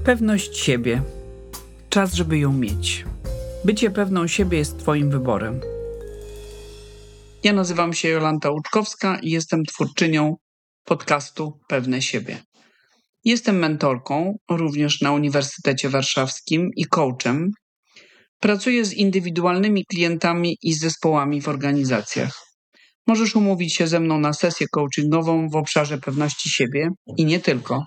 Pewność siebie. Czas, żeby ją mieć. Bycie pewną siebie jest Twoim wyborem. Ja nazywam się Jolanta Łuczkowska i jestem twórczynią podcastu Pewne siebie. Jestem mentorką, również na Uniwersytecie Warszawskim i coachem. Pracuję z indywidualnymi klientami i zespołami w organizacjach. Możesz umówić się ze mną na sesję coachingową w obszarze pewności siebie i nie tylko.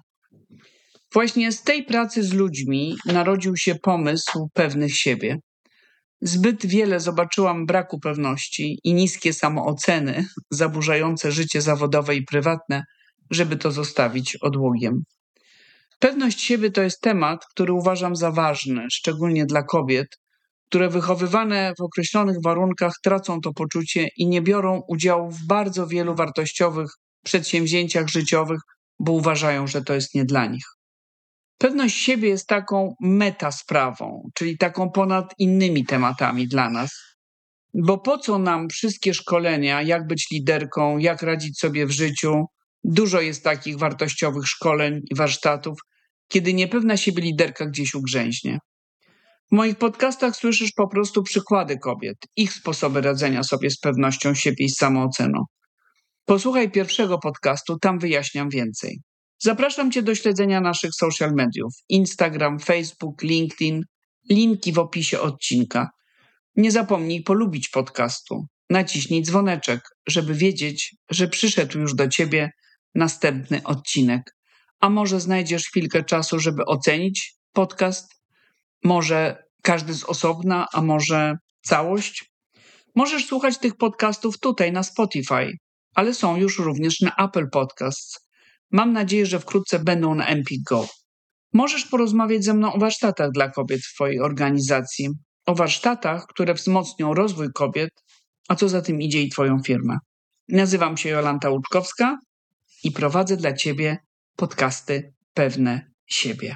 Właśnie z tej pracy z ludźmi narodził się pomysł pewnych siebie. Zbyt wiele zobaczyłam braku pewności i niskie samooceny, zaburzające życie zawodowe i prywatne, żeby to zostawić odłogiem. Pewność siebie to jest temat, który uważam za ważny, szczególnie dla kobiet, które wychowywane w określonych warunkach tracą to poczucie i nie biorą udziału w bardzo wielu wartościowych przedsięwzięciach życiowych, bo uważają, że to jest nie dla nich. Pewność siebie jest taką metasprawą, czyli taką ponad innymi tematami dla nas. Bo po co nam wszystkie szkolenia, jak być liderką, jak radzić sobie w życiu? Dużo jest takich wartościowych szkoleń i warsztatów, kiedy niepewna siebie liderka gdzieś ugrzęźnie. W moich podcastach słyszysz po prostu przykłady kobiet, ich sposoby radzenia sobie z pewnością siebie i z samooceną. Posłuchaj pierwszego podcastu, tam wyjaśniam więcej. Zapraszam Cię do śledzenia naszych social mediów: Instagram, Facebook, LinkedIn, linki w opisie odcinka. Nie zapomnij polubić podcastu, naciśnij dzwoneczek, żeby wiedzieć, że przyszedł już do Ciebie następny odcinek. A może znajdziesz chwilkę czasu, żeby ocenić podcast? Może każdy z osobna, a może całość? Możesz słuchać tych podcastów tutaj na Spotify, ale są już również na Apple Podcasts. Mam nadzieję, że wkrótce będą na Empik Go. Możesz porozmawiać ze mną o warsztatach dla kobiet w Twojej organizacji, o warsztatach, które wzmocnią rozwój kobiet, a co za tym idzie i Twoją firmę. Nazywam się Jolanta Łuczkowska i prowadzę dla Ciebie podcasty Pewne siebie.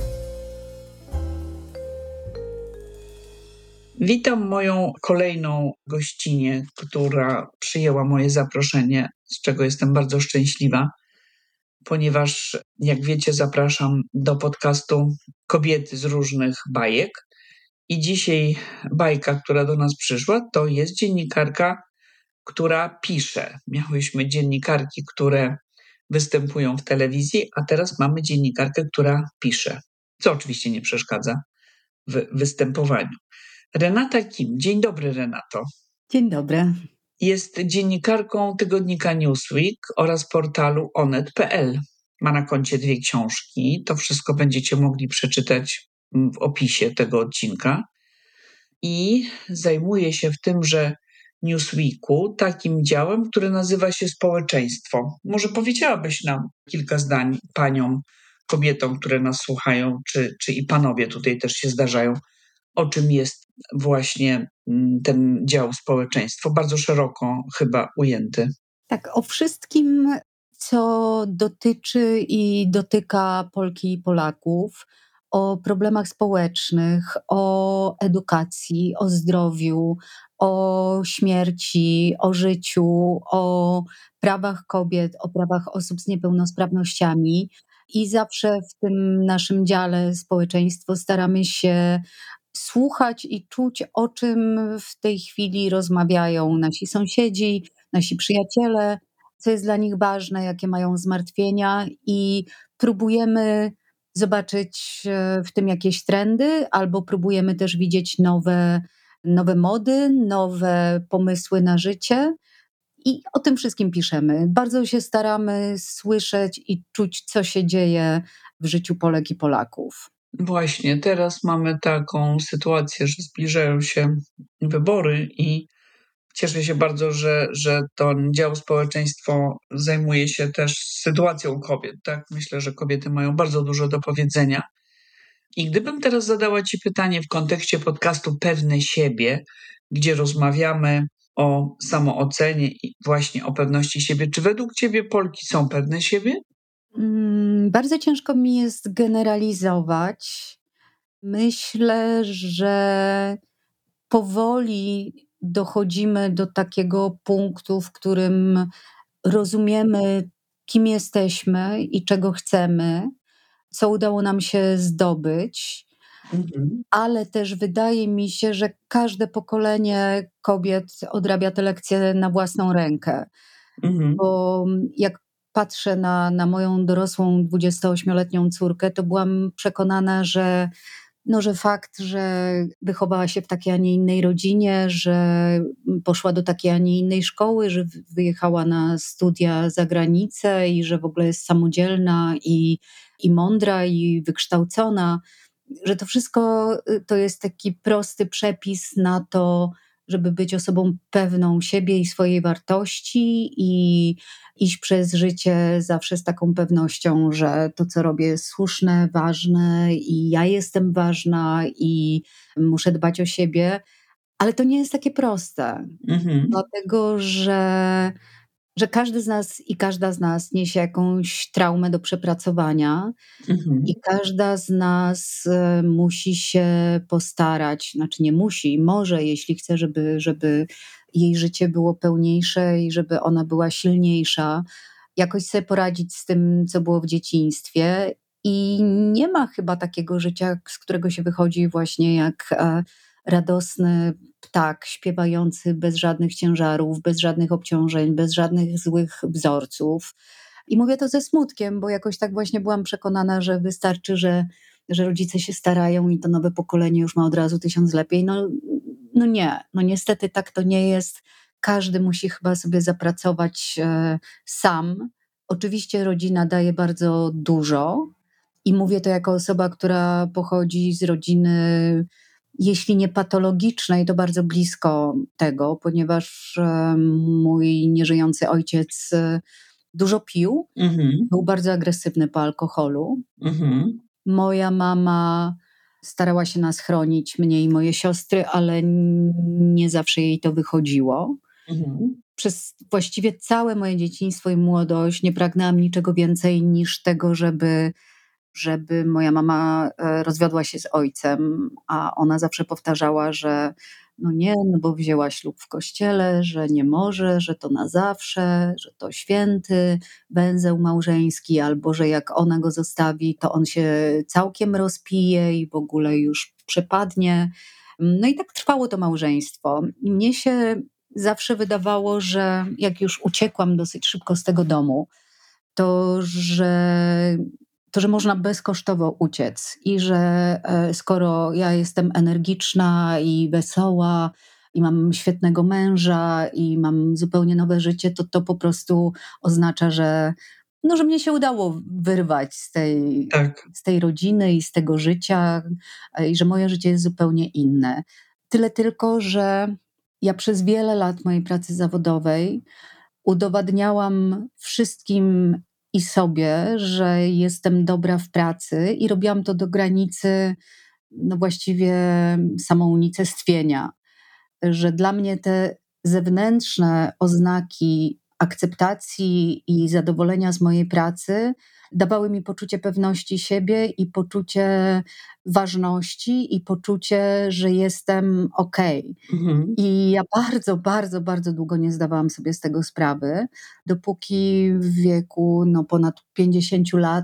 Witam moją kolejną gościnię, która przyjęła moje zaproszenie, z czego jestem bardzo szczęśliwa, ponieważ, jak wiecie, zapraszam do podcastu kobiety z różnych bajek. I dzisiaj bajka, która do nas przyszła, to jest dziennikarka, która pisze. Miałyśmy dziennikarki, które występują w telewizji, a teraz mamy dziennikarkę, która pisze, co oczywiście nie przeszkadza w występowaniu. Renata Kim. Dzień dobry, Renato. Dzień dobry. Jest dziennikarką tygodnika Newsweek oraz portalu onet.pl. Ma na koncie 2 książki. To wszystko będziecie mogli przeczytać w opisie tego odcinka. I zajmuje się w tymże Newsweeku takim działem, który nazywa się społeczeństwo. Może powiedziałabyś nam kilka zdań paniom, kobietom, które nas słuchają, czy i panowie tutaj też się zdarzają, o czym jest właśnie ten dział społeczeństwo, bardzo szeroko chyba ujęty. Tak, o wszystkim, co dotyczy i dotyka Polki i Polaków, o problemach społecznych, o edukacji, o zdrowiu, o śmierci, o życiu, o prawach kobiet, o prawach osób z niepełnosprawnościami. I zawsze w tym naszym dziale społeczeństwo staramy się słuchać i czuć, o czym w tej chwili rozmawiają nasi sąsiedzi, nasi przyjaciele, co jest dla nich ważne, jakie mają zmartwienia, i próbujemy zobaczyć w tym jakieś trendy, albo próbujemy też widzieć nowe mody, nowe pomysły na życie. I o tym wszystkim piszemy. Bardzo się staramy słyszeć i czuć, co się dzieje w życiu Polek i Polaków. Właśnie, teraz mamy taką sytuację, że zbliżają się wybory i cieszę się bardzo, że ten dział społeczeństwo zajmuje się też sytuacją kobiet. Tak? Myślę, że kobiety mają bardzo dużo do powiedzenia. I gdybym teraz zadała Ci pytanie w kontekście podcastu Pewne siebie, gdzie rozmawiamy o samoocenie i właśnie o pewności siebie, czy według Ciebie Polki są pewne siebie? Bardzo ciężko mi jest generalizować. Myślę, że powoli dochodzimy do takiego punktu, w którym rozumiemy, kim jesteśmy i czego chcemy. co udało nam się zdobyć, Mhm. ale też wydaje mi się, że każde pokolenie kobiet odrabia te lekcje na własną rękę. Mhm. Bo jak patrzę na moją dorosłą 28-letnią córkę, to byłam przekonana, że fakt, że wychowała się w takiej, a nie innej rodzinie, że poszła do takiej, a nie innej szkoły, że wyjechała na studia za granicę i że w ogóle jest samodzielna i mądra i wykształcona, że to wszystko to jest taki prosty przepis na to, żeby być osobą pewną siebie i swojej wartości i iść przez życie zawsze z taką pewnością, że to, co robię, jest słuszne, ważne i ja jestem ważna i muszę dbać o siebie. Ale to nie jest takie proste, Mhm. dlatego że każdy z nas i każda z nas niesie jakąś traumę do przepracowania i Mhm. każda z nas musi się postarać, znaczy nie musi, może, jeśli chce, żeby jej życie było pełniejsze i żeby ona była silniejsza, jakoś sobie poradzić z tym, co było w dzieciństwie. I nie ma chyba takiego życia, z którego się wychodzi właśnie jak radosny ptak śpiewający bez żadnych ciężarów, bez żadnych obciążeń, bez żadnych złych wzorców. I mówię to ze smutkiem, bo jakoś tak właśnie byłam przekonana, że wystarczy, że rodzice się starają i to nowe pokolenie już ma od razu 1000 lepiej. No nie, no niestety tak to nie jest. Każdy musi chyba sobie zapracować sam. Oczywiście rodzina daje bardzo dużo i mówię to jako osoba, która pochodzi z rodziny, jeśli nie patologicznej, to bardzo blisko tego, ponieważ mój nieżyjący ojciec dużo pił, Mhm. był bardzo agresywny po alkoholu. Mhm. Moja mama starała się nas chronić, mnie i moje siostry, ale nie zawsze jej to wychodziło. Mhm. Przez właściwie całe moje dzieciństwo i młodość nie pragnęłam niczego więcej niż tego, żeby moja mama rozwiodła się z ojcem, a ona zawsze powtarzała, że no nie, no bo wzięła ślub w kościele, że nie może, że to na zawsze, że to święty węzeł małżeński, albo że jak ona go zostawi, to on się całkiem rozpije i w ogóle już przepadnie. No i tak trwało to małżeństwo. I mnie się zawsze wydawało, że jak już uciekłam dosyć szybko z tego domu, to że to, że można bezkosztowo uciec i że skoro ja jestem energiczna i wesoła i mam świetnego męża i mam zupełnie nowe życie, to po prostu oznacza, że mnie się udało wyrwać Tak. z tej rodziny i z tego życia i że moje życie jest zupełnie inne. Tyle tylko, że ja przez wiele lat mojej pracy zawodowej udowadniałam wszystkim i sobie, że jestem dobra w pracy i robiłam to do granicy, no właściwie samounicestwienia, że dla mnie te zewnętrzne oznaki akceptacji i zadowolenia z mojej pracy dawały mi poczucie pewności siebie i poczucie ważności i poczucie, że jestem okej. Mhm. I ja bardzo, bardzo, bardzo długo nie zdawałam sobie z tego sprawy, dopóki w wieku ponad 50 lat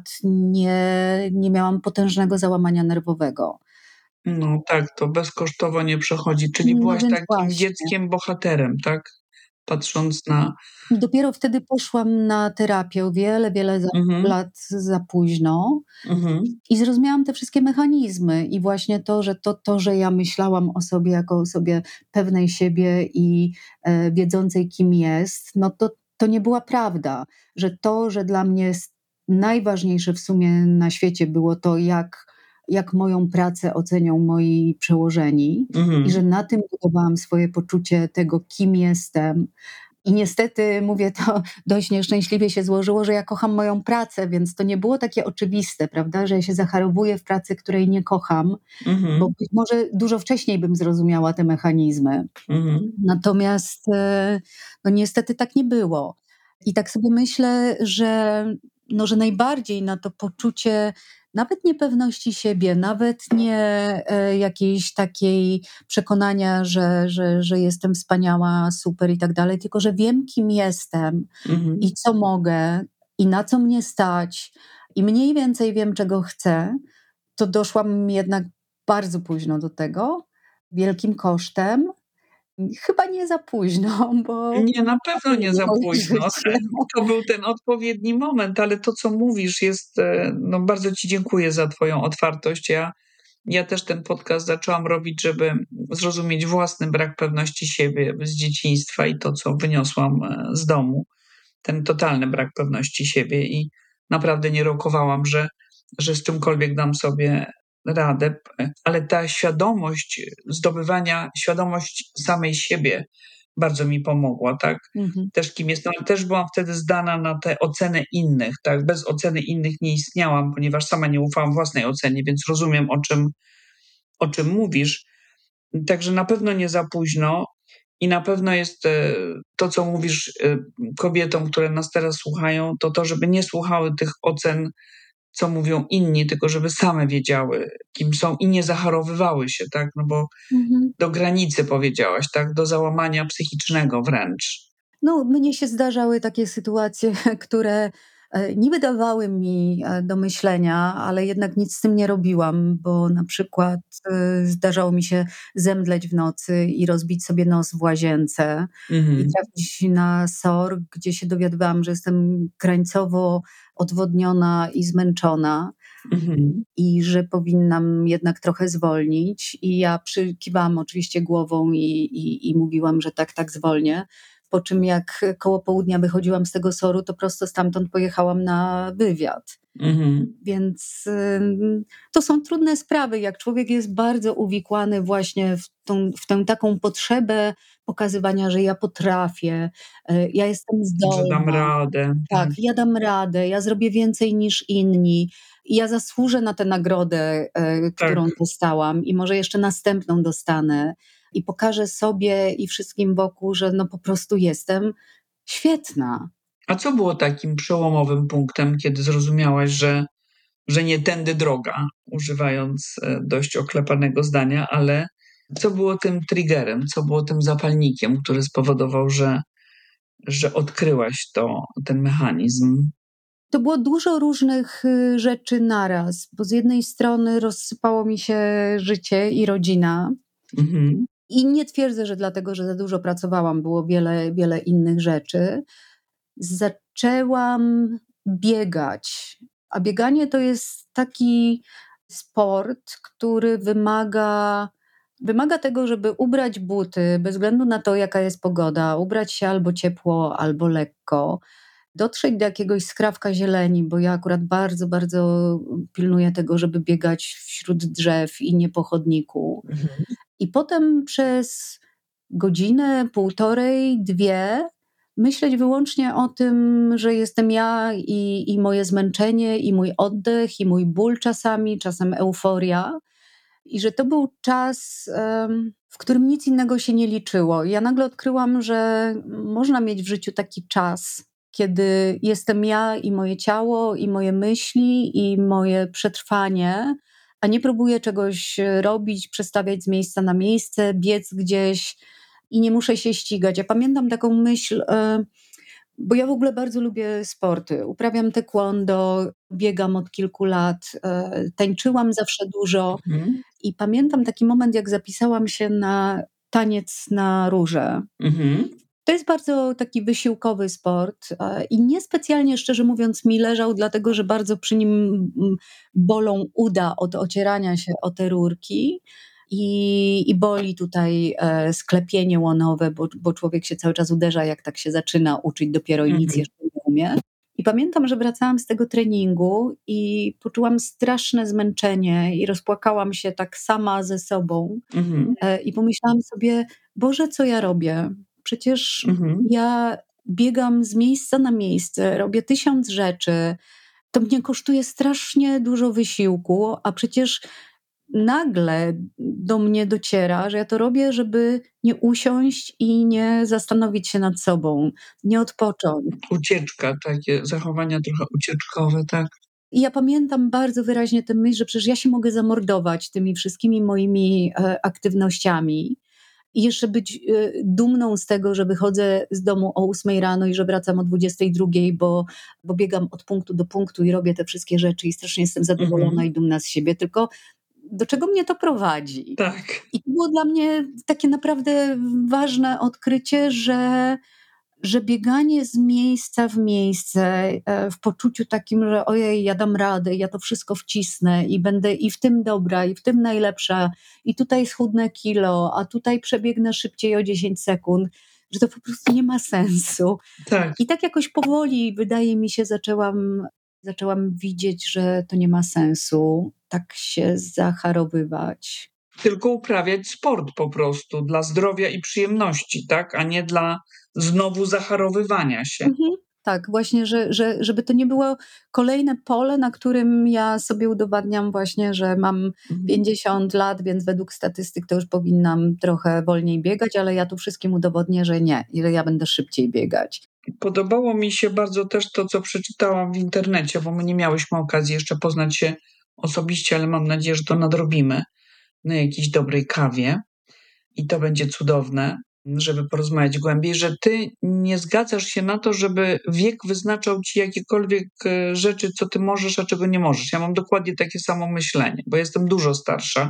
nie miałam potężnego załamania nerwowego. No tak, to bezkosztowo nie przechodzi. Czyli No byłaś więc takim właśnie. dzieckiem bohaterem, tak? Patrząc na I dopiero wtedy poszłam na terapię o wiele, wiele mhm. lat za późno Mhm. i zrozumiałam te wszystkie mechanizmy i właśnie to, że ja myślałam o sobie jako osobie pewnej siebie i wiedzącej, kim jest, no to nie była prawda. Że to, że dla mnie najważniejsze w sumie na świecie było to, jak moją pracę ocenią moi przełożeni i że Mhm. na tym budowałam swoje poczucie tego, kim jestem. I niestety, mówię to, dość nieszczęśliwie się złożyło, że ja kocham moją pracę, więc to nie było takie oczywiste, prawda, że ja się zacharowuję w pracy, której nie kocham, bo Mhm. być może dużo wcześniej bym zrozumiała te mechanizmy. Mhm. Natomiast no niestety tak nie było. I tak sobie myślę, że najbardziej na to poczucie nawet niepewności siebie, nawet nie jakiejś takiej przekonania, że jestem wspaniała, super i tak dalej, tylko że wiem, kim jestem i Mhm. co mogę i na co mnie stać i mniej więcej wiem, czego chcę, to doszłam jednak bardzo późno do tego, wielkim kosztem. Chyba nie za późno, bo Nie, na pewno nie za moje późno. życie. To był ten odpowiedni moment, ale to, co mówisz, jest. No, bardzo Ci dziękuję za Twoją otwartość. Ja też ten podcast zaczęłam robić, żeby zrozumieć własny brak pewności siebie z dzieciństwa i to, co wyniosłam z domu. Ten totalny brak pewności siebie i naprawdę nie rokowałam, że z czymkolwiek dam sobie radę, ale ta świadomość zdobywania, świadomość samej siebie bardzo mi pomogła, tak? Mhm. Też kim jestem, ale też byłam wtedy zdana na tę ocenę innych, tak? Bez oceny innych nie istniałam, ponieważ sama nie ufałam własnej ocenie, więc rozumiem, o czym mówisz. Także na pewno nie za późno i na pewno jest to, co mówisz kobietom, które nas teraz słuchają, to, żeby nie słuchały tych ocen, co mówią inni, tylko żeby same wiedziały, kim są i nie zacharowywały się, tak? No bo Mhm. do granicy powiedziałaś, tak? Do załamania psychicznego wręcz. No, mnie się zdarzały takie sytuacje, które niby dawały mi do myślenia, ale jednak nic z tym nie robiłam, bo na przykład zdarzało mi się zemdleć w nocy i rozbić sobie nos w łazience i Mhm, trafić na SOR, gdzie się dowiadywałam, że jestem krańcowo odwodniona i zmęczona mhm. i że powinnam jednak trochę zwolnić. I ja przykiwałam oczywiście głową i mówiłam, że tak, tak zwolnię. Po czym jak koło południa wychodziłam z tego SOR-u, to prosto stamtąd pojechałam na wywiad. Mhm. Więc to są trudne sprawy, jak człowiek jest bardzo uwikłany właśnie w tę taką potrzebę pokazywania, że ja potrafię, ja jestem Że dam zdolna. radę. Tak, Tak, ja dam radę, ja zrobię więcej niż inni i ja zasłużę na tę nagrodę, tak. którą dostałam i może jeszcze następną dostanę i pokażę sobie i wszystkim wokół, że no po prostu jestem świetna. A co było takim przełomowym punktem, kiedy zrozumiałaś, że nie tędy droga, używając dość oklepanego zdania, ale co było tym triggerem, co było tym zapalnikiem, który spowodował, że odkryłaś ten mechanizm? To było dużo różnych rzeczy naraz, bo z jednej strony rozsypało mi się życie i rodzina. Mhm, I nie twierdzę, że dlatego, że za dużo pracowałam, było wiele, wiele innych rzeczy. Zaczęłam biegać, a bieganie to jest taki sport, który wymaga tego, żeby ubrać buty, bez względu na to, jaka jest pogoda, ubrać się albo ciepło, albo lekko, dotrzeć do jakiegoś skrawka zieleni, bo ja akurat bardzo, bardzo pilnuję tego, żeby biegać wśród drzew i nie po chodniku. mhm, I potem przez godzinę, półtorej, 2 myśleć wyłącznie o tym, że jestem ja i moje zmęczenie, i mój oddech, i mój ból czasami, czasem euforia. I że to był czas, w którym nic innego się nie liczyło. I ja nagle odkryłam, że można mieć w życiu taki czas, kiedy jestem ja i moje ciało, i moje myśli, i moje przetrwanie, a nie próbuję czegoś robić, przestawiać z miejsca na miejsce, biec gdzieś i nie muszę się ścigać. Ja pamiętam taką myśl, bo ja w ogóle bardzo lubię sporty. Uprawiam taekwondo, biegam od kilku lat, tańczyłam zawsze dużo mhm, i pamiętam taki moment, jak zapisałam się na taniec na róże. mhm, To jest bardzo taki wysiłkowy sport i niespecjalnie, szczerze mówiąc, mi leżał, dlatego że bardzo przy nim bolą uda od ocierania się o te rurki i boli tutaj sklepienie łonowe, bo człowiek się cały czas uderza, jak tak się zaczyna uczyć dopiero i nic mhm, jeszcze nie umie. I pamiętam, że wracałam z tego treningu i poczułam straszne zmęczenie i rozpłakałam się tak sama ze sobą. mhm, I pomyślałam sobie: „Boże, co ja robię? Przecież mhm. ja biegam z miejsca na miejsce, robię 1000 rzeczy. To mnie kosztuje strasznie dużo wysiłku, a przecież nagle do mnie dociera, że ja to robię, żeby nie usiąść i nie zastanowić się nad sobą, nie odpocząć”. Ucieczka, takie zachowania trochę ucieczkowe, tak. I ja pamiętam bardzo wyraźnie tę myśl, że przecież ja się mogę zamordować tymi wszystkimi moimi aktywnościami. i jeszcze być dumną z tego, że wychodzę z domu o 8 rano i że wracam o 22, bo biegam od punktu do punktu i robię te wszystkie rzeczy i strasznie jestem zadowolona i dumna z siebie, tylko do czego mnie to prowadzi? Tak. I to było dla mnie takie naprawdę ważne odkrycie, że bieganie z miejsca w miejsce, w poczuciu takim, że ojej, ja dam radę, ja to wszystko wcisnę i będę i w tym dobra, i w tym najlepsza, i tutaj schudnę kilo, a tutaj przebiegnę szybciej o 10 sekund, że to po prostu nie ma sensu. Tak. I tak jakoś powoli, wydaje mi się, zaczęłam widzieć, że to nie ma sensu tak się zacharowywać. Tylko uprawiać sport po prostu dla zdrowia i przyjemności, tak? A nie dla znowu zacharowywania się. Mhm. Tak, właśnie, żeby to nie było kolejne pole, na którym ja sobie udowadniam właśnie, że mam 50 lat, więc według statystyk to już powinnam trochę wolniej biegać, ale ja tu wszystkim udowodnię, że nie, ile ja będę szybciej biegać. Podobało mi się bardzo też to, co przeczytałam w internecie, bo my nie miałyśmy okazji jeszcze poznać się osobiście, ale mam nadzieję, że to nadrobimy na jakiejś dobrej kawie i to będzie cudowne, żeby porozmawiać głębiej, że ty nie zgadzasz się na to, żeby wiek wyznaczał ci jakiekolwiek rzeczy, co ty możesz, a czego nie możesz. Ja mam dokładnie takie samo myślenie, bo jestem dużo starsza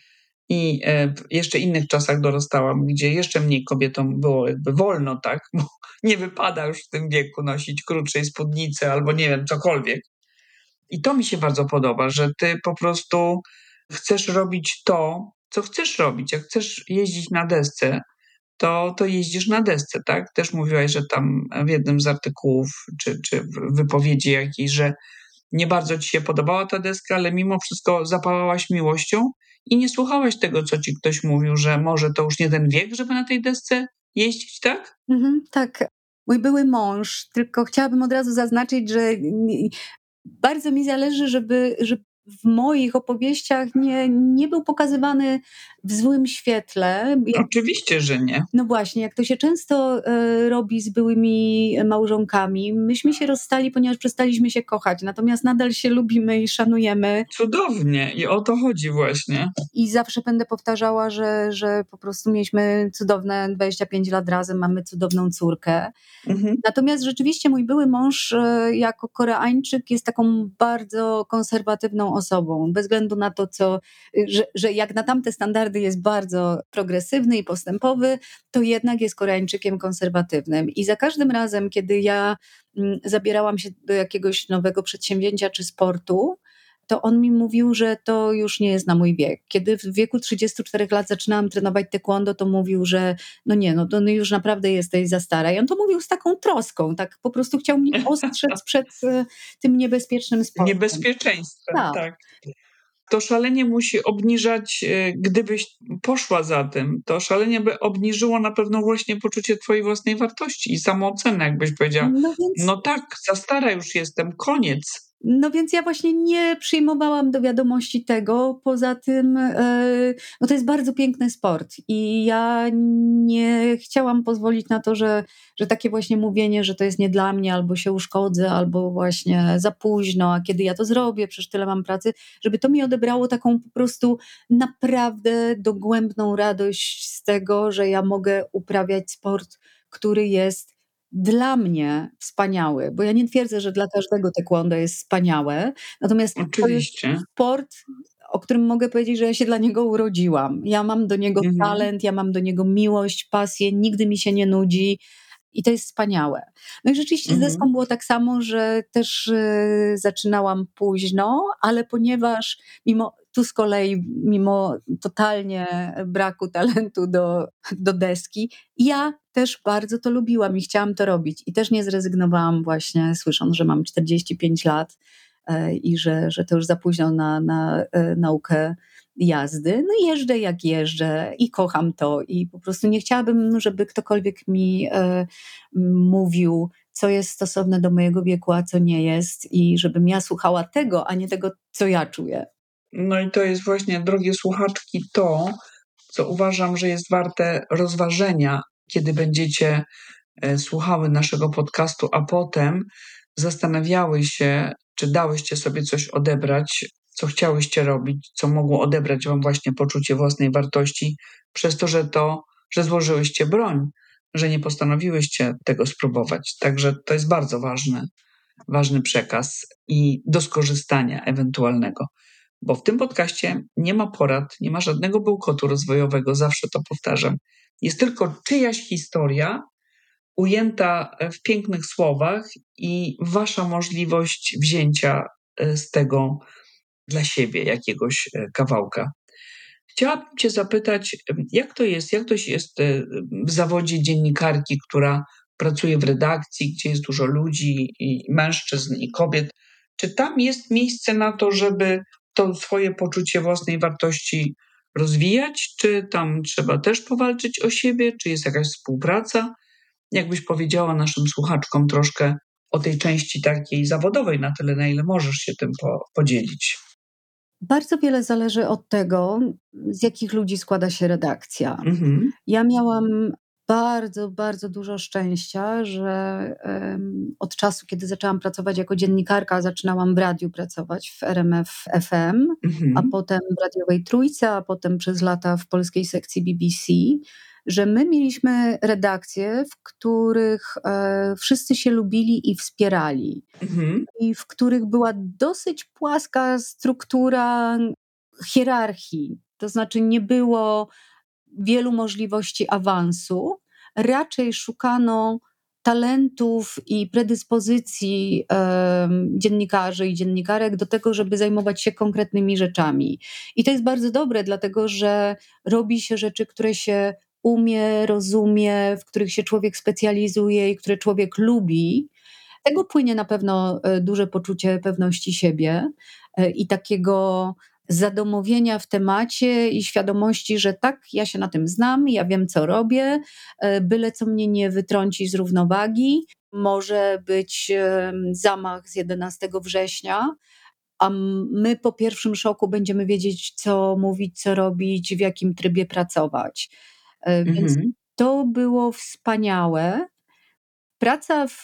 i w jeszcze innych czasach dorastałam, gdzie jeszcze mniej kobietom było jakby wolno, tak? Bo nie wypada już w tym wieku nosić krótszej spódnicy albo nie wiem, cokolwiek. I to mi się bardzo podoba, że ty po prostu chcesz robić to, co chcesz robić. Jak chcesz jeździć na desce, to jeździsz na desce, tak? Też mówiłaś, że tam w jednym z artykułów czy w wypowiedzi jakiejś, że nie bardzo ci się podobała ta deska, ale mimo wszystko zapałaś miłością i nie słuchałaś tego, co ci ktoś mówił, że może to już nie ten wiek, żeby na tej desce jeździć, tak? Mhm, tak. Mój były mąż, tylko chciałabym od razu zaznaczyć, że bardzo mi zależy, żeby w moich opowieściach nie był pokazywany w złym świetle. Oczywiście, że nie. No właśnie, jak to się często robi z byłymi małżonkami. Myśmy się rozstali, ponieważ przestaliśmy się kochać, natomiast nadal się lubimy i szanujemy. Cudownie i o to chodzi właśnie. I zawsze będę powtarzała, że po prostu mieliśmy cudowne 25 lat razem, mamy cudowną córkę. Mhm. Natomiast rzeczywiście mój były mąż jako Koreańczyk jest taką bardzo konserwatywną osobą, bez względu na to, że jak na tamte standardy jest bardzo progresywny i postępowy, to jednak jest Koreańczykiem konserwatywnym. I za każdym razem, kiedy ja zabierałam się do jakiegoś nowego przedsięwzięcia czy sportu, to on mi mówił, że to już nie jest na mój wiek. Kiedy w wieku 34 lat zaczynałam trenować taekwondo, to mówił, że no nie, no to już naprawdę jesteś za stara. I on to mówił z taką troską, tak po prostu chciał mnie ostrzec przed tym niebezpiecznym sportem. Niebezpieczeństwem, Tak. tak. To szalenie musi obniżać, gdybyś poszła za tym, to szalenie by obniżyło na pewno właśnie poczucie twojej własnej wartości i samoocenę, jakbyś powiedziała, No więc no tak, za stara już jestem, koniec. No więc ja właśnie nie przyjmowałam do wiadomości tego. Poza tym, no to jest bardzo piękny sport i ja nie chciałam pozwolić na to, że takie właśnie mówienie, że to jest nie dla mnie, albo się uszkodzę, albo właśnie za późno, a kiedy ja to zrobię, przecież tyle mam pracy, żeby to mi odebrało taką po prostu naprawdę dogłębną radość z tego, że ja mogę uprawiać sport, który jest dla mnie wspaniały, bo ja nie twierdzę, że dla każdego taekwondo jest wspaniałe, natomiast to jest Oczywiście. sport, o którym mogę powiedzieć, że ja się dla niego urodziłam. Ja mam do niego talent, ja mam do niego miłość, pasję, nigdy mi się nie nudzi i to jest wspaniałe. No i rzeczywiście z deską było tak samo, że też zaczynałam późno, ale ponieważ tu z kolei, mimo totalnie braku talentu do deski, ja też bardzo to lubiłam i chciałam to robić. I też nie zrezygnowałam właśnie, słysząc, że mam 45 lat i że to już za późno na naukę jazdy. No jeżdżę jak jeżdżę i kocham to i po prostu nie chciałabym, żeby ktokolwiek mi mówił, co jest stosowne do mojego wieku, a co nie jest i żebym ja słuchała tego, a nie tego, co ja czuję. No i to jest właśnie, drogie słuchaczki, to, co uważam, że jest warte rozważenia, kiedy będziecie słuchały naszego podcastu, a potem zastanawiały się, czy dałyście sobie coś odebrać, co chciałyście robić, co mogło odebrać wam właśnie poczucie własnej wartości, przez to, że to że złożyłyście broń, że nie postanowiłyście tego spróbować. Także to jest bardzo ważny przekaz i do skorzystania ewentualnego. Bo w tym podcaście nie ma porad, nie ma żadnego bełkotu rozwojowego, zawsze to powtarzam. Jest tylko czyjaś historia ujęta w pięknych słowach i wasza możliwość wzięcia z tego dla siebie jakiegoś kawałka. Chciałabym cię zapytać, jak to jest w zawodzie dziennikarki, która pracuje w redakcji, gdzie jest dużo ludzi, i mężczyzn i kobiet. Czy tam jest miejsce na to, żeby to swoje poczucie własnej wartości rozwijać? Czy tam trzeba też powalczyć o siebie? Czy jest jakaś współpraca? Jakbyś powiedziała naszym słuchaczkom troszkę o tej części takiej zawodowej, na tyle, na ile możesz się tym podzielić. Bardzo wiele zależy od tego, z jakich ludzi składa się redakcja. Mhm. Ja miałam bardzo, bardzo dużo szczęścia, że od czasu, kiedy zaczęłam pracować jako dziennikarka, zaczynałam w radiu pracować w RMF FM, a Mhm. potem w radiowej Trójce, a potem przez lata w polskiej sekcji BBC, że my mieliśmy redakcje, w których wszyscy się lubili i wspierali. Mhm. I w których była dosyć płaska struktura hierarchii. To znaczy nie było wielu możliwości awansu. Raczej szukano talentów i predyspozycji dziennikarzy i dziennikarek do tego, żeby zajmować się konkretnymi rzeczami. I to jest bardzo dobre, dlatego że robi się rzeczy, które się umie, rozumie, w których się człowiek specjalizuje i które człowiek lubi. Z tego płynie na pewno duże poczucie pewności siebie i takiego zadomowienia w temacie i świadomości, że tak, ja się na tym znam, ja wiem, co robię, byle co mnie nie wytrąci z równowagi. Może być zamach z 11 września, a my po pierwszym szoku będziemy wiedzieć, co mówić, co robić, w jakim trybie pracować. Więc Mhm. to było wspaniałe. Praca w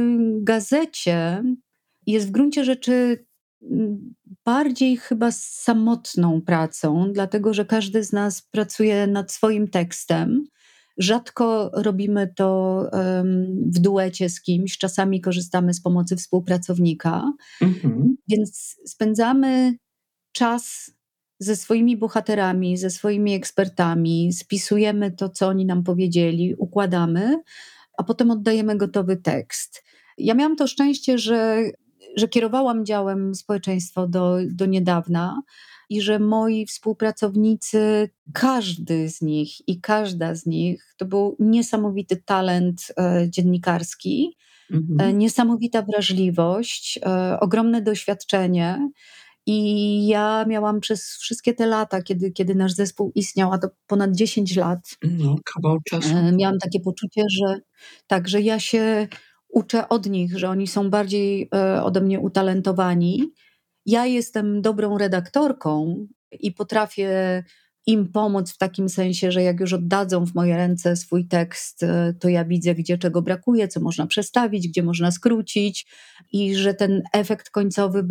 gazecie jest w gruncie rzeczy bardziej chyba samotną pracą, dlatego że każdy z nas pracuje nad swoim tekstem. Rzadko robimy to w duecie z kimś, czasami korzystamy z pomocy współpracownika, Mhm. więc spędzamy czas ze swoimi bohaterami, ze swoimi ekspertami, spisujemy to, co oni nam powiedzieli, układamy, a potem oddajemy gotowy tekst. Ja miałam to szczęście, że kierowałam działem społeczeństwo do niedawna i że moi współpracownicy, każdy z nich i każda z nich to był niesamowity talent dziennikarski, Mhm. niesamowita wrażliwość, ogromne doświadczenie. I ja miałam przez wszystkie te lata, kiedy nasz zespół istniał, a to ponad 10 lat, No, kawał czasu. miałam takie poczucie, że tak, że ja się uczę od nich, że oni są bardziej ode mnie utalentowani. Ja jestem dobrą redaktorką i potrafię im pomóc w takim sensie, że jak już oddadzą w moje ręce swój tekst, to ja widzę, gdzie czego brakuje, co można przestawić, gdzie można skrócić i że ten efekt końcowy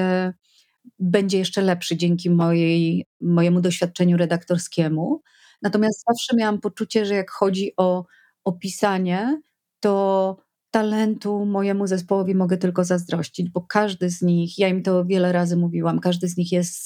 będzie jeszcze lepszy dzięki mojemu doświadczeniu redaktorskiemu. Natomiast zawsze miałam poczucie, że jak chodzi o pisanie, to talentu mojemu zespołowi mogę tylko zazdrościć, bo każdy z nich, ja im to wiele razy mówiłam, każdy z nich jest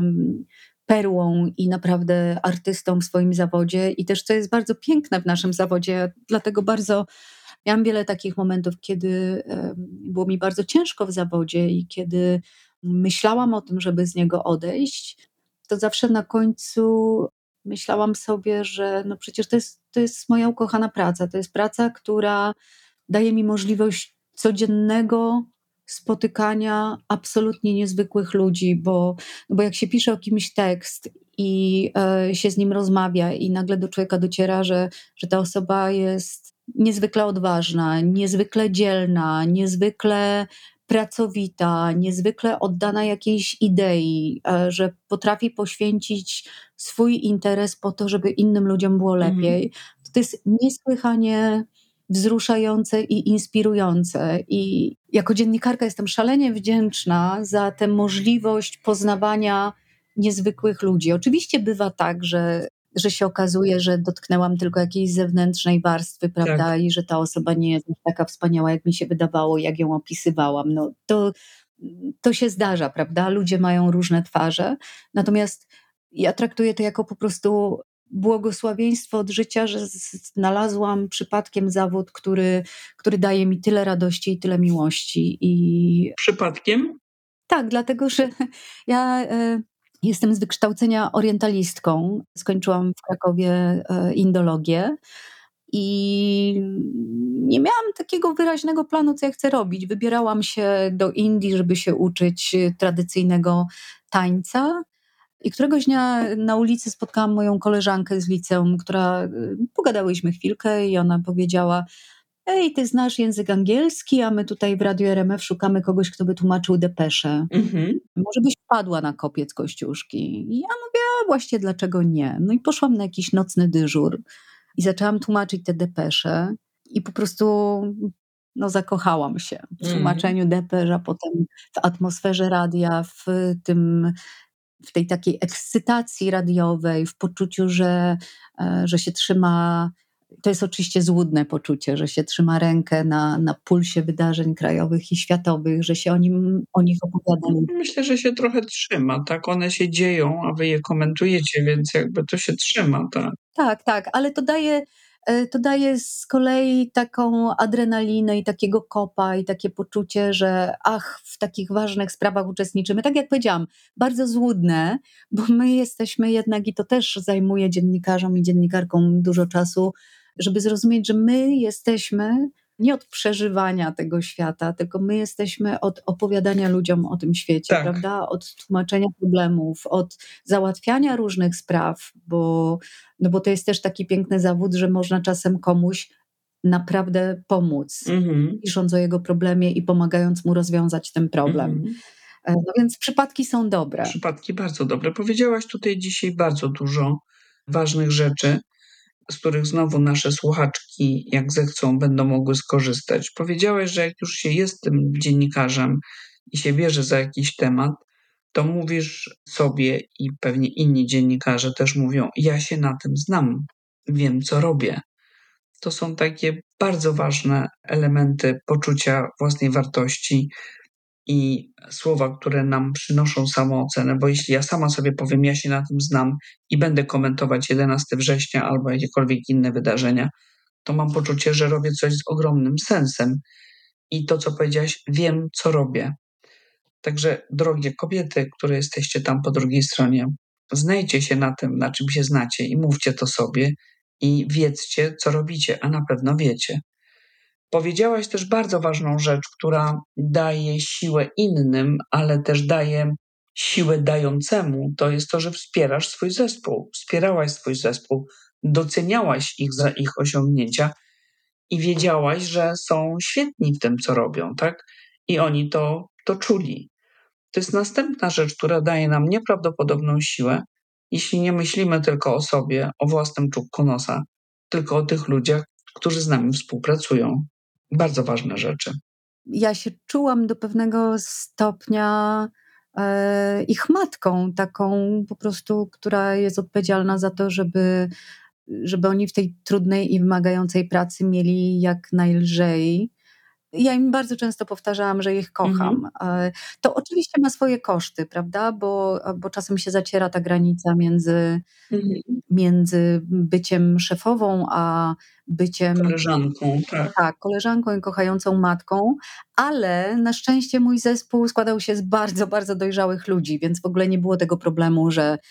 perłą i naprawdę artystą w swoim zawodzie. I też, co jest bardzo piękne w naszym zawodzie, dlatego miałam wiele takich momentów, kiedy było mi bardzo ciężko w zawodzie i kiedy myślałam o tym, żeby z niego odejść, to zawsze na końcu myślałam sobie, że no przecież to jest moja ukochana praca. To jest praca, która daje mi możliwość codziennego spotykania absolutnie niezwykłych ludzi, bo jak się pisze o kimś tekst i się z nim rozmawia i nagle do człowieka dociera, że ta osoba jest niezwykle odważna, niezwykle dzielna, niezwykle pracowita, niezwykle oddana jakiejś idei, że potrafi poświęcić swój interes po to, żeby innym ludziom było Mhm. lepiej, to jest niesłychanie wzruszające i inspirujące. I jako dziennikarka jestem szalenie wdzięczna za tę możliwość poznawania niezwykłych ludzi. Oczywiście bywa tak, że że się okazuje, że dotknęłam tylko jakiejś zewnętrznej warstwy, prawda, Tak. i że ta osoba nie jest taka wspaniała, jak mi się wydawało, jak ją opisywałam. No, to się zdarza, prawda? Ludzie mają różne twarze, natomiast ja traktuję to jako po prostu błogosławieństwo od życia, że znalazłam przypadkiem zawód, który daje mi tyle radości i tyle miłości. I Przypadkiem? tak, dlatego że ja jestem z wykształcenia orientalistką. Skończyłam w Krakowie indologię i nie miałam takiego wyraźnego planu, co ja chcę robić. Wybierałam się do Indii, żeby się uczyć tradycyjnego tańca. I któregoś dnia na ulicy spotkałam moją koleżankę z liceum, która pogadałyśmy chwilkę i ona powiedziała: Ej, ty znasz język angielski, a my tutaj w Radiu RMF szukamy kogoś, kto by tłumaczył depesze. Mhm. Może byś wpadła na kopiec Kościuszki? I ja mówię, a właśnie dlaczego nie? No i poszłam na jakiś nocny dyżur i zaczęłam tłumaczyć te depesze i po prostu no, zakochałam się w Mhm. tłumaczeniu depesz, a potem w atmosferze radia, w tej takiej ekscytacji radiowej, w poczuciu, że się trzyma, to jest oczywiście złudne poczucie, że się trzyma rękę na pulsie wydarzeń krajowych i światowych, że się o nich opowiada. Myślę, że się trochę trzyma, tak? One się dzieją, a wy je komentujecie, więc jakby to się trzyma, tak. Tak, tak, ale to daje z kolei taką adrenalinę i takiego kopa i takie poczucie, że w takich ważnych sprawach uczestniczymy. Tak jak powiedziałam, bardzo złudne, bo my jesteśmy jednak, i to też zajmuje dziennikarzom i dziennikarkom dużo czasu, żeby zrozumieć, że my jesteśmy nie od przeżywania tego świata, tylko my jesteśmy od opowiadania ludziom o tym świecie, Tak. prawda? Od tłumaczenia problemów, od załatwiania różnych spraw, bo to jest też taki piękny zawód, że można czasem komuś naprawdę pomóc, Mhm. pisząc o jego problemie i pomagając mu rozwiązać ten problem. Mhm. No więc przypadki są dobre. Przypadki bardzo dobre. Powiedziałaś tutaj dzisiaj bardzo dużo ważnych rzeczy, z których znowu nasze słuchaczki, jak zechcą, będą mogły skorzystać. Powiedziałaś, że jak już się jest tym dziennikarzem i się bierze za jakiś temat, to mówisz sobie i pewnie inni dziennikarze też mówią: ja się na tym znam, wiem co robię. To są takie bardzo ważne elementy poczucia własnej wartości i słowa, które nam przynoszą samoocenę, bo jeśli ja sama sobie powiem, ja się na tym znam i będę komentować 11 września albo jakiekolwiek inne wydarzenia, to mam poczucie, że robię coś z ogromnym sensem. I to, co powiedziałaś, wiem, co robię. Także drogie kobiety, które jesteście tam po drugiej stronie, znajcie się na tym, na czym się znacie i mówcie to sobie i wiedzcie, co robicie, a na pewno wiecie. Powiedziałaś też bardzo ważną rzecz, która daje siłę innym, ale też daje siłę dającemu. To jest to, że wspierasz swój zespół. Wspierałaś swój zespół, doceniałaś ich za ich osiągnięcia i wiedziałaś, że są świetni w tym, co robią, tak? I oni to czuli. To jest następna rzecz, która daje nam nieprawdopodobną siłę, jeśli nie myślimy tylko o sobie, o własnym czubku nosa, tylko o tych ludziach, którzy z nami współpracują. Bardzo ważne rzeczy. Ja się czułam do pewnego stopnia ich matką, taką po prostu, która jest odpowiedzialna za to, żeby oni w tej trudnej i wymagającej pracy mieli jak najlżej. Ja im bardzo często powtarzałam, że ich Mhm. kocham. To oczywiście ma swoje koszty, prawda? Bo czasem się zaciera ta granica między, Mhm. między byciem szefową, a byciem Koleżanką, tak. tak, koleżanką i kochającą matką, ale na szczęście mój zespół składał się z bardzo, bardzo dojrzałych ludzi, więc w ogóle nie było tego problemu,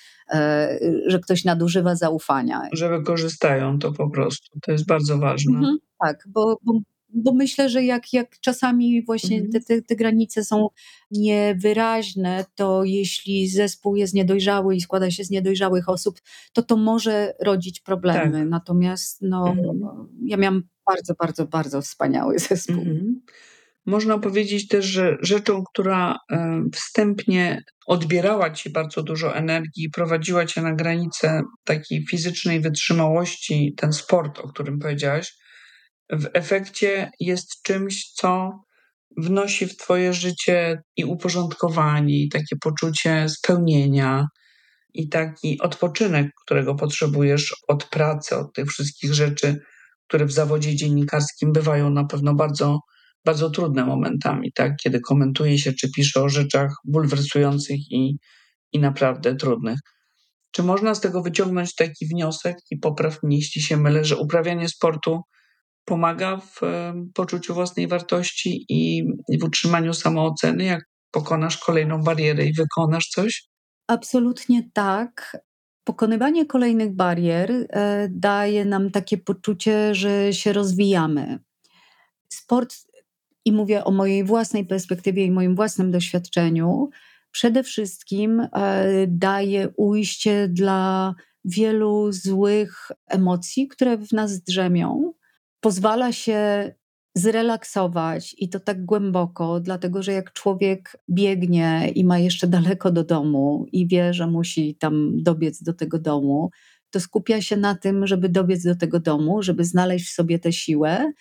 że ktoś nadużywa zaufania. Że wykorzystają to po prostu. To jest bardzo ważne. Tak, bo myślę, że jak czasami właśnie te, Mhm. te, te granice są niewyraźne, to jeśli zespół jest niedojrzały i składa się z niedojrzałych osób, to może rodzić Tak. problemy. Natomiast no, Mhm. ja miałam bardzo, bardzo, bardzo wspaniały zespół. Mhm. Można powiedzieć też, że rzeczą, która wstępnie odbierała ci bardzo dużo energii, prowadziła cię na granicę takiej fizycznej wytrzymałości, ten sport, o którym powiedziałaś, w efekcie jest czymś, co wnosi w twoje życie i uporządkowanie, i takie poczucie spełnienia, i taki odpoczynek, którego potrzebujesz od pracy, od tych wszystkich rzeczy, które w zawodzie dziennikarskim bywają na pewno bardzo, bardzo trudne momentami, tak? Kiedy komentuje się czy pisze o rzeczach bulwersujących i naprawdę trudnych. Czy można z tego wyciągnąć taki wniosek i popraw mnie, jeśli się mylę, że uprawianie sportu pomaga w poczuciu własnej wartości i w utrzymaniu samooceny, jak pokonasz kolejną barierę i wykonasz coś? Absolutnie tak. Pokonywanie kolejnych barier, daje nam takie poczucie, że się rozwijamy. Sport, i mówię o mojej własnej perspektywie i moim własnym doświadczeniu, przede wszystkim, daje ujście dla wielu złych emocji, które w nas drzemią. Pozwala się zrelaksować i to tak głęboko, dlatego że jak człowiek biegnie i ma jeszcze daleko do domu i wie, że musi tam dobiec do tego domu, to skupia się na tym, żeby dobiec do tego domu, żeby znaleźć w sobie tę siłę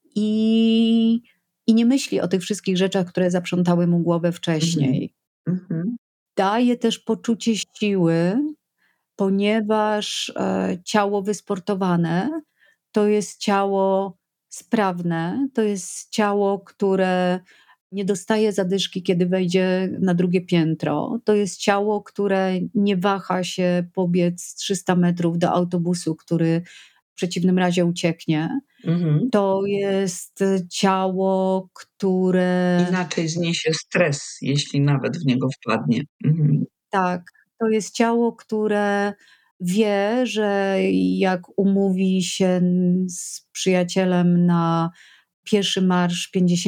i, i nie myśli o tych wszystkich rzeczach, które zaprzątały mu głowę Mhm. wcześniej. Mhm. Daje też poczucie siły, ponieważ ciało wysportowane to jest ciało sprawne, to jest ciało, które nie dostaje zadyszki, kiedy wejdzie na drugie piętro. To jest ciało, które nie waha się pobiec 300 metrów do autobusu, który w przeciwnym razie ucieknie. Mhm. To jest ciało, które Inaczej zniesie stres, jeśli nawet w niego wpadnie. Mhm. tak, to jest ciało, które wie, że jak umówi się z przyjacielem na pieszy marsz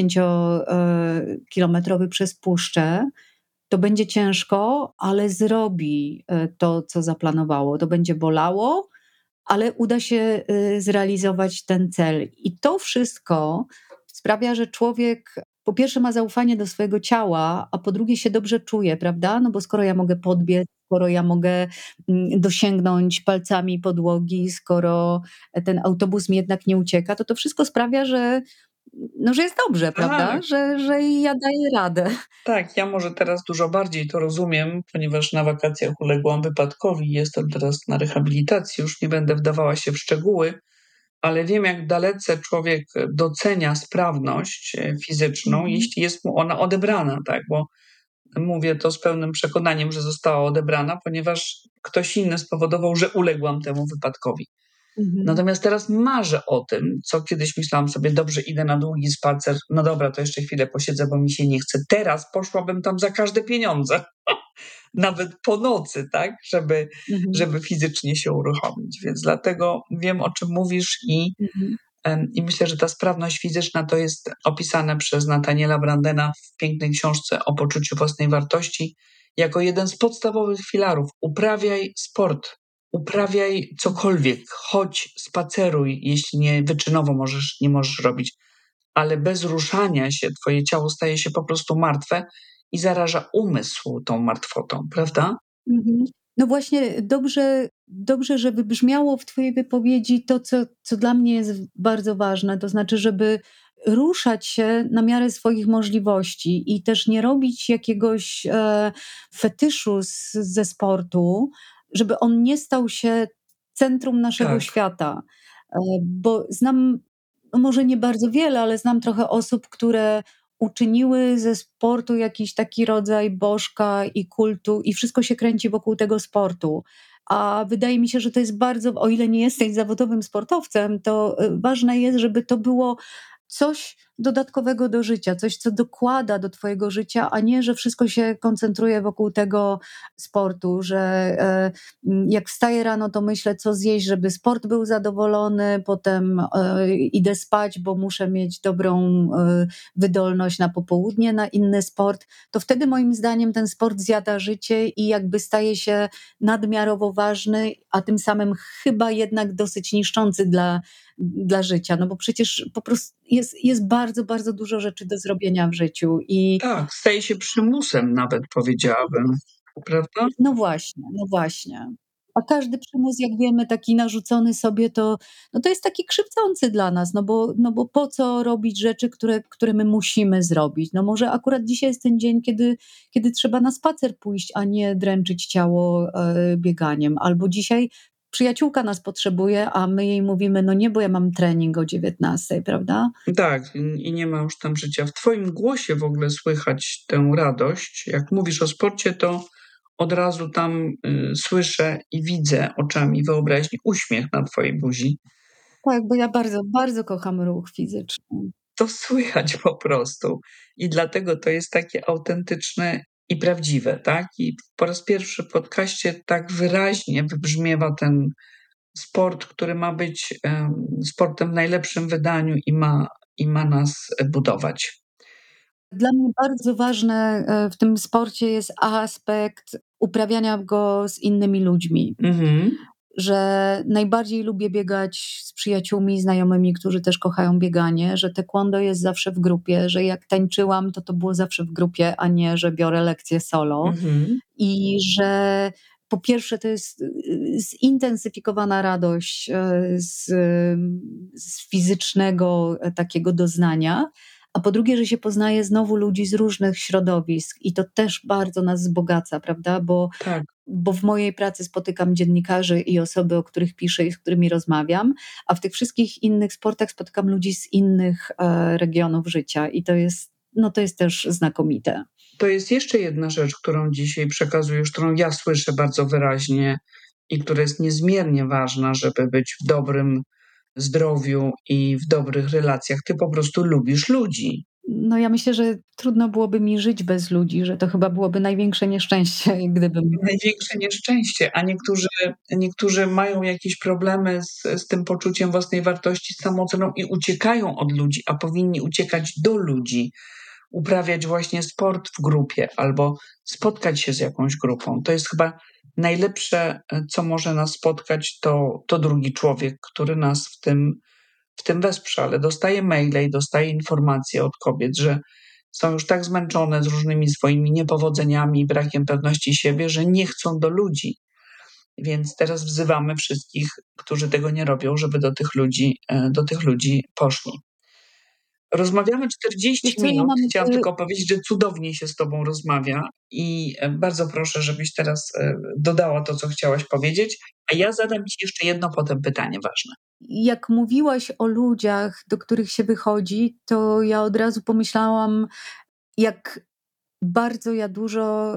50-kilometrowy przez puszczę, to będzie ciężko, ale zrobi to, co zaplanowało. To będzie bolało, ale uda się zrealizować ten cel. I to wszystko sprawia, że człowiek po pierwsze ma zaufanie do swojego ciała, a po drugie się dobrze czuje, prawda? No bo skoro ja mogę podbiec, skoro ja mogę dosięgnąć palcami podłogi, skoro ten autobus mi jednak nie ucieka, to to wszystko sprawia, że, no, że jest dobrze, prawda? Tak, Że ja daję radę. tak. Ja może teraz dużo bardziej to rozumiem, ponieważ na wakacjach uległam wypadkowi i jestem teraz na rehabilitacji. Już nie będę wdawała się w szczegóły, ale wiem, jak dalece człowiek docenia sprawność fizyczną, Mhm, jeśli jest mu ona odebrana, tak? Bo mówię to z pełnym przekonaniem, że została odebrana, ponieważ ktoś inny spowodował, że uległam temu wypadkowi. mhm, Natomiast teraz marzę o tym, co kiedyś myślałam sobie, dobrze, idę na długi spacer, no dobra, to jeszcze chwilę posiedzę, bo mi się nie chce. Teraz poszłabym tam za każde pieniądze, nawet po nocy, tak, mhm, żeby fizycznie się uruchomić. Więc dlatego wiem, o czym mówisz mhm, i myślę, że ta sprawność fizyczna to jest opisane przez Nathaniela Brandena w pięknej książce o poczuciu własnej wartości jako jeden z podstawowych filarów. Uprawiaj sport, uprawiaj cokolwiek, chodź, spaceruj, jeśli nie wyczynowo nie możesz robić, ale bez ruszania się twoje ciało staje się po prostu martwe i zaraża umysł tą martwotą, prawda? mhm. No właśnie, dobrze, że wybrzmiało w twojej wypowiedzi to, co dla mnie jest bardzo ważne, to znaczy, żeby ruszać się na miarę swoich możliwości i też nie robić jakiegoś, fetyszu ze sportu, żeby on nie stał się centrum naszego Tak, świata. Bo znam, no może nie bardzo wiele, ale znam trochę osób, które uczyniły ze sportu jakiś taki rodzaj bożka i kultu i wszystko się kręci wokół tego sportu. A wydaje mi się, że to jest bardzo, o ile nie jesteś zawodowym sportowcem, to ważne jest, żeby to było coś dodatkowego do życia, coś, co dokłada do twojego życia, a nie, że wszystko się koncentruje wokół tego sportu, że jak wstaję rano, to myślę, co zjeść, żeby sport był zadowolony, potem idę spać, bo muszę mieć dobrą wydolność na popołudnie, na inny sport, to wtedy moim zdaniem ten sport zjada życie i jakby staje się nadmiarowo ważny, a tym samym chyba jednak dosyć niszczący dla życia, no bo przecież po prostu jest bardzo, bardzo dużo rzeczy do zrobienia w życiu i tak, staje się przymusem nawet powiedziałabym, prawda? no właśnie, no właśnie. A każdy przymus, jak wiemy, taki narzucony sobie, to jest taki krzywdzący dla nas, no bo po co robić rzeczy, które my musimy zrobić? No może akurat dzisiaj jest ten dzień, kiedy trzeba na spacer pójść, a nie dręczyć ciało, bieganiem. Albo dzisiaj przyjaciółka nas potrzebuje, a my jej mówimy: „No nie, bo ja mam trening o 19:00”, prawda? Tak, i nie ma już tam życia. W twoim głosie w ogóle słychać tę radość. Jak mówisz o sporcie, to od razu tam, słyszę i widzę oczami wyobraźni uśmiech na twojej buzi. Tak, bo ja bardzo, bardzo kocham ruch fizyczny. To słychać po prostu i dlatego to jest takie autentyczne i prawdziwe, tak? I po raz pierwszy w podcaście tak wyraźnie wybrzmiewa ten sport, który ma być, sportem w najlepszym wydaniu i ma nas budować. Dla mnie bardzo ważne, w tym sporcie jest aspekt uprawiania go z innymi ludźmi. Mhm, Że najbardziej lubię biegać z przyjaciółmi, znajomymi, którzy też kochają bieganie, że taekwondo jest zawsze w grupie, że jak tańczyłam, to było zawsze w grupie, a nie, że biorę lekcje solo. mhm. I że po pierwsze to jest, zintensyfikowana radość, z fizycznego, takiego doznania, a po drugie, że się poznaje znowu ludzi z różnych środowisk i to też bardzo nas wzbogaca, prawda? Tak. Bo w mojej pracy spotykam dziennikarzy i osoby, o których piszę i z którymi rozmawiam, a w tych wszystkich innych sportach spotykam ludzi z innych, regionów życia i to jest też znakomite. To jest jeszcze jedna rzecz, którą dzisiaj przekazujesz, którą ja słyszę bardzo wyraźnie i która jest niezmiernie ważna, żeby być w dobrym zdrowiu i w dobrych relacjach. Ty po prostu lubisz ludzi. No, ja myślę, że trudno byłoby mi żyć bez ludzi, że to chyba byłoby największe nieszczęście, gdybym. Największe nieszczęście, a niektórzy mają jakieś problemy z tym poczuciem własnej wartości, z samooceną i uciekają od ludzi, a powinni uciekać do ludzi, uprawiać właśnie sport w grupie albo spotkać się z jakąś grupą. To jest chyba najlepsze, co może nas spotkać, to drugi człowiek, który nas w tym wesprze, ale dostaję maile i dostaję informacje od kobiet, że są już tak zmęczone z różnymi swoimi niepowodzeniami, brakiem pewności siebie, że nie chcą do ludzi. Więc teraz wzywamy wszystkich, którzy tego nie robią, żeby do tych ludzi poszli. Rozmawiamy Wiesz 40 co, ja minut. mam, Chciałam tylko powiedzieć, że cudownie się z tobą rozmawia i bardzo proszę, żebyś teraz dodała to, co chciałaś powiedzieć, a ja zadam ci jeszcze jedno potem pytanie ważne. jak mówiłaś o ludziach, do których się wychodzi, to ja od razu pomyślałam, jak bardzo ja dużo,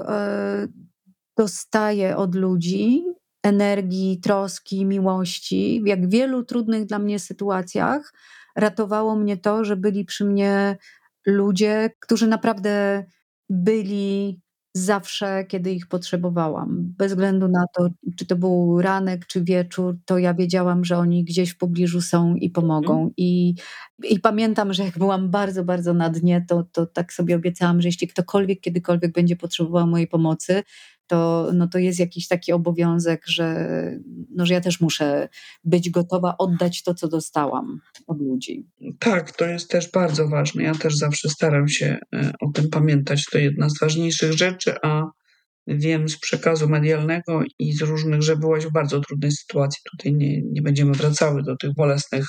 dostaję od ludzi energii, troski, miłości. W jak wielu trudnych dla mnie sytuacjach ratowało mnie to, że byli przy mnie ludzie, którzy naprawdę byli zawsze, kiedy ich potrzebowałam. Bez względu na to, czy to był ranek, czy wieczór, to ja wiedziałam, że oni gdzieś w pobliżu są i Mhm. pomogą. I pamiętam, że jak byłam bardzo, bardzo na dnie, to tak sobie obiecałam, że jeśli ktokolwiek kiedykolwiek będzie potrzebował mojej pomocy, to jest jakiś taki obowiązek, że ja też muszę być gotowa oddać to, co dostałam od ludzi. Tak, to jest też bardzo ważne. Ja też zawsze staram się o tym pamiętać. To jedna z ważniejszych rzeczy, a wiem z przekazu medialnego i z różnych, że byłaś w bardzo trudnej sytuacji. Tutaj nie będziemy wracały do tych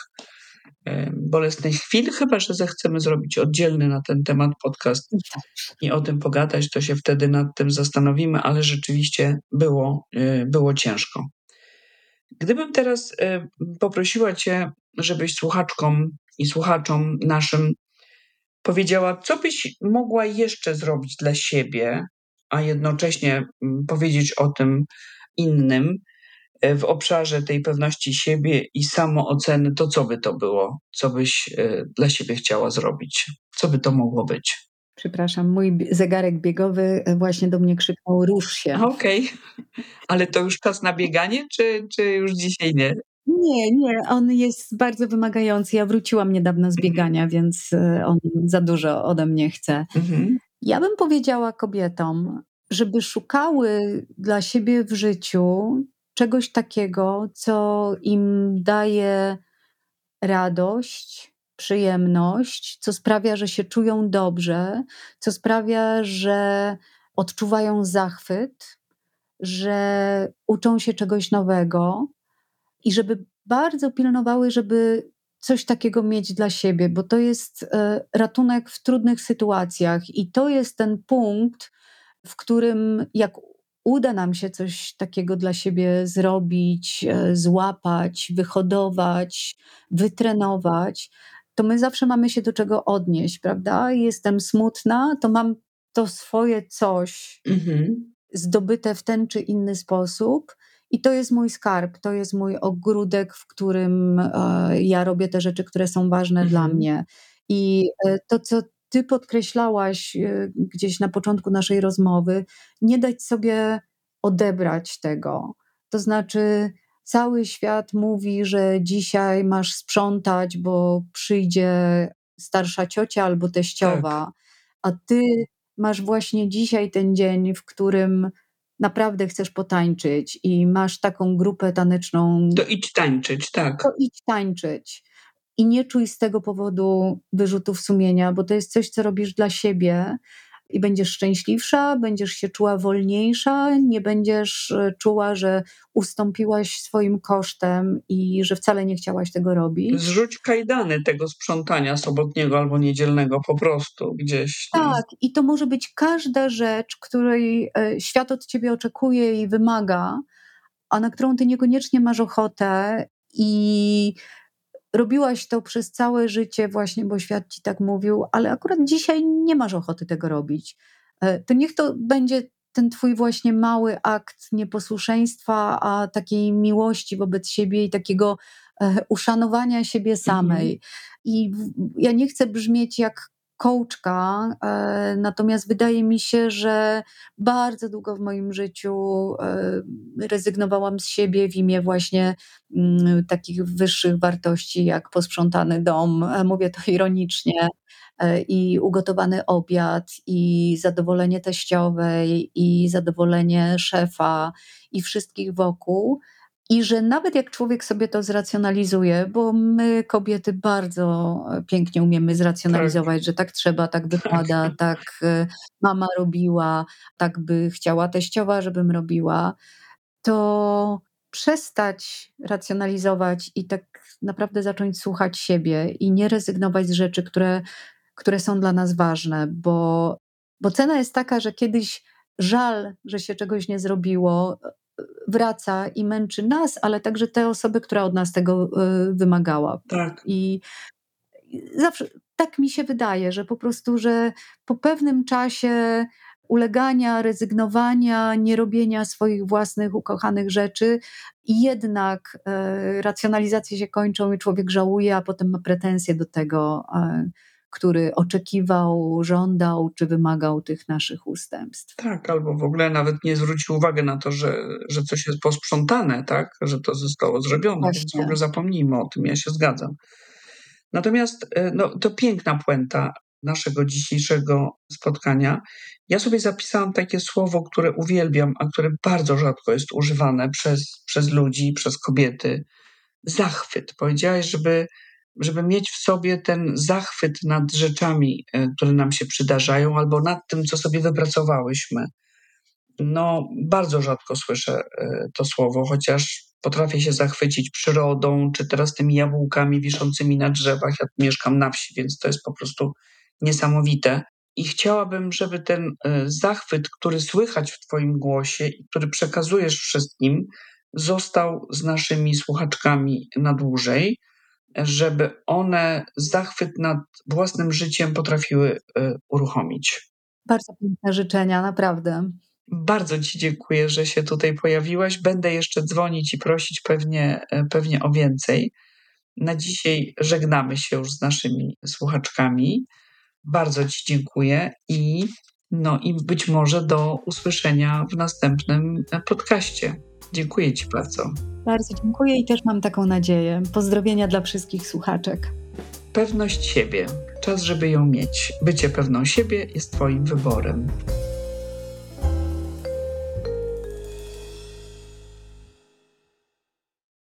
bolesnych chwil, chyba że zechcemy zrobić oddzielny na ten temat podcast i o tym pogadać, to się wtedy nad tym zastanowimy, ale rzeczywiście było ciężko. Gdybym teraz poprosiła cię, żebyś słuchaczkom i słuchaczom naszym powiedziała, co byś mogła jeszcze zrobić dla siebie, a jednocześnie powiedzieć o tym innym w obszarze tej pewności siebie i samooceny, to co by to było? Co byś dla siebie chciała zrobić? Co by to mogło być? Przepraszam, mój zegarek biegowy właśnie do mnie krzyknął: „Rusz się”. Okej, ale to już czas na bieganie, czy już dzisiaj nie? Nie, nie, on jest bardzo wymagający. Ja wróciłam niedawno z Mhm, biegania, więc, on za dużo ode mnie chce. mhm, Ja bym powiedziała kobietom, żeby szukały dla siebie w życiu czegoś takiego, co im daje radość, przyjemność, co sprawia, że się czują dobrze, co sprawia, że odczuwają zachwyt, że uczą się czegoś nowego i żeby bardzo pilnowały, żeby coś takiego mieć dla siebie, bo to jest ratunek w trudnych sytuacjach i to jest ten punkt, w którym jak uda nam się coś takiego dla siebie zrobić, złapać, wyhodować, wytrenować, to my zawsze mamy się do czego odnieść, prawda? Jestem smutna, to mam to swoje coś Mhm. zdobyte w ten czy inny sposób. I to jest mój skarb, to jest mój ogródek, w którym ja robię te rzeczy, które są ważne dla Mhm. mnie. I to, co ty podkreślałaś gdzieś na początku naszej rozmowy, nie dać sobie odebrać tego. To znaczy, cały świat mówi, że dzisiaj masz sprzątać, bo przyjdzie starsza ciocia albo Tak. teściowa, a ty masz właśnie dzisiaj ten dzień, w którym naprawdę chcesz potańczyć i masz taką grupę taneczną, To idź tańczyć, to tak. idź tańczyć. I nie czuj z tego powodu wyrzutów sumienia, bo to jest coś, co robisz dla siebie i będziesz szczęśliwsza, będziesz się czuła wolniejsza, nie będziesz czuła, że ustąpiłaś swoim kosztem i że wcale nie chciałaś tego robić. Zrzuć kajdany tego sprzątania sobotniego albo niedzielnego po prostu gdzieś, nie? Tak, i to może być każda rzecz, której świat od ciebie oczekuje i wymaga, a na którą ty niekoniecznie masz ochotę i robiłaś to przez całe życie właśnie, bo świat ci tak mówił, ale akurat dzisiaj nie masz ochoty tego robić. To niech to będzie ten twój właśnie mały akt nieposłuszeństwa, a takiej miłości wobec siebie i takiego uszanowania siebie Mhm. samej. Ja nie chcę brzmieć jak coachka, natomiast wydaje mi się, że bardzo długo w moim życiu rezygnowałam z siebie w imię właśnie takich wyższych wartości jak posprzątany dom, mówię to ironicznie, i ugotowany obiad, i zadowolenie teściowej, i zadowolenie szefa, i wszystkich wokół. I że nawet jak człowiek sobie to zracjonalizuje, bo my kobiety bardzo pięknie umiemy Tak, zracjonalizować, że tak trzeba, tak tak. wypada, tak mama robiła, tak by chciała teściowa, żebym robiła, to przestać racjonalizować i tak naprawdę zacząć słuchać siebie i nie rezygnować z rzeczy, które są dla nas ważne, bo cena jest taka, że kiedyś żal, że się czegoś nie zrobiło, wraca i męczy nas, ale także te osoby, która od nas tego wymagała. Tak. I zawsze tak mi się wydaje, że po prostu, że po pewnym czasie ulegania, rezygnowania, nierobienia swoich własnych ukochanych rzeczy i jednak racjonalizacje się kończą i człowiek żałuje, a potem ma pretensje do tego, który oczekiwał, żądał czy wymagał tych naszych ustępstw. Tak, albo w ogóle nawet nie zwrócił uwagi na to, że coś jest posprzątane, tak, że to zostało zrobione, więc w Właśnie. ogóle zapomnijmy o tym, ja się zgadzam. Natomiast, no, to piękna puenta naszego dzisiejszego spotkania. Ja sobie zapisałam takie słowo, które uwielbiam, a które bardzo rzadko jest używane przez ludzi, przez kobiety. Zachwyt. Powiedziałaś, żeby mieć w sobie ten zachwyt nad rzeczami, które nam się przydarzają, albo nad tym, co sobie wypracowałyśmy. No, bardzo rzadko słyszę to słowo, chociaż potrafię się zachwycić przyrodą, czy teraz tymi jabłkami wiszącymi na drzewach. Ja mieszkam na wsi, więc to jest po prostu niesamowite. I chciałabym, żeby ten zachwyt, który słychać w Twoim głosie i który przekazujesz wszystkim, został z naszymi słuchaczkami na dłużej, żeby one zachwyt nad własnym życiem potrafiły uruchomić. Bardzo piękne życzenia, naprawdę. Bardzo Ci dziękuję, że się tutaj pojawiłaś. Będę jeszcze dzwonić i prosić pewnie o więcej. Na dzisiaj żegnamy się już z naszymi słuchaczkami. Bardzo Ci dziękuję i być może do usłyszenia w następnym podcaście. Dziękuję Ci bardzo. Bardzo dziękuję i też mam taką nadzieję. Pozdrowienia dla wszystkich słuchaczek. Pewność siebie. Czas, żeby ją mieć. Bycie pewną siebie jest Twoim wyborem.